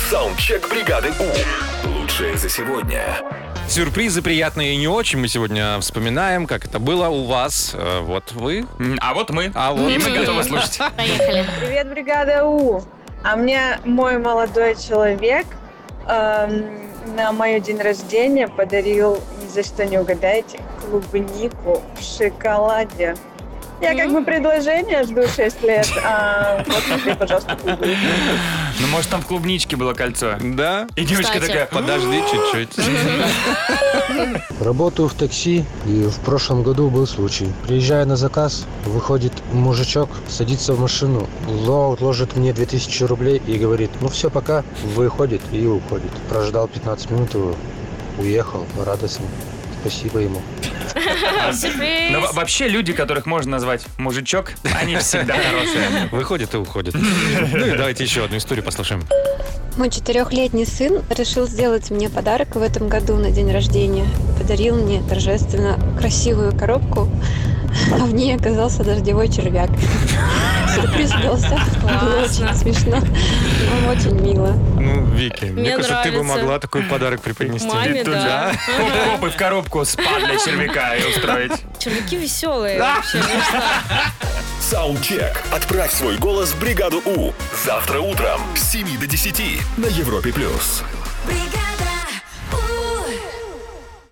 Саундчек бригады У. Лучшее за сегодня. Сюрпризы приятные и не очень. Мы сегодня вспоминаем, как это было у вас. Вот вы. А вот мы. вот И мы готовы слушать. Поехали. Привет, бригада У. А мне мой молодой человек на мое день рождения подарил, ни за что не угадаете, клубнику в шоколаде. Я как бы предложение жду 6 лет, вот тебе, пожалуйста, клубнику. Ну, может, там в клубничке было кольцо. Да? И девочка Кстати. такая, Подожди чуть-чуть. Работаю в такси, и в прошлом году был случай. Приезжая на заказ, выходит мужичок, садится в машину, ложит мне 2000 рублей и говорит: ну все, пока, выходит и уходит. Прождал 15 минут его, уехал, радостный. Спасибо ему. Сюрприз. ну, вообще люди, которых можно назвать мужичок, они всегда хорошие. Выходит и уходит. Ну и давайте еще одну историю послушаем. Мой 4-летний сын решил сделать мне подарок в этом году на день рождения. Подарил мне торжественно красивую коробку, а в ней оказался дождевой червяк. Сюрприз удался. Было очень смешно, но очень мило. Ну, Вики, мне кажется, ты бы нравится. могла такой подарок преподнести. Маме, Тут да. же хоп-хоп и в коробку спад для червяка и устроить. Червяки веселые вообще. Саундчек. Отправь свой голос в бригаду У. Завтра утром с 7 до 10 на Европе+. Бригада!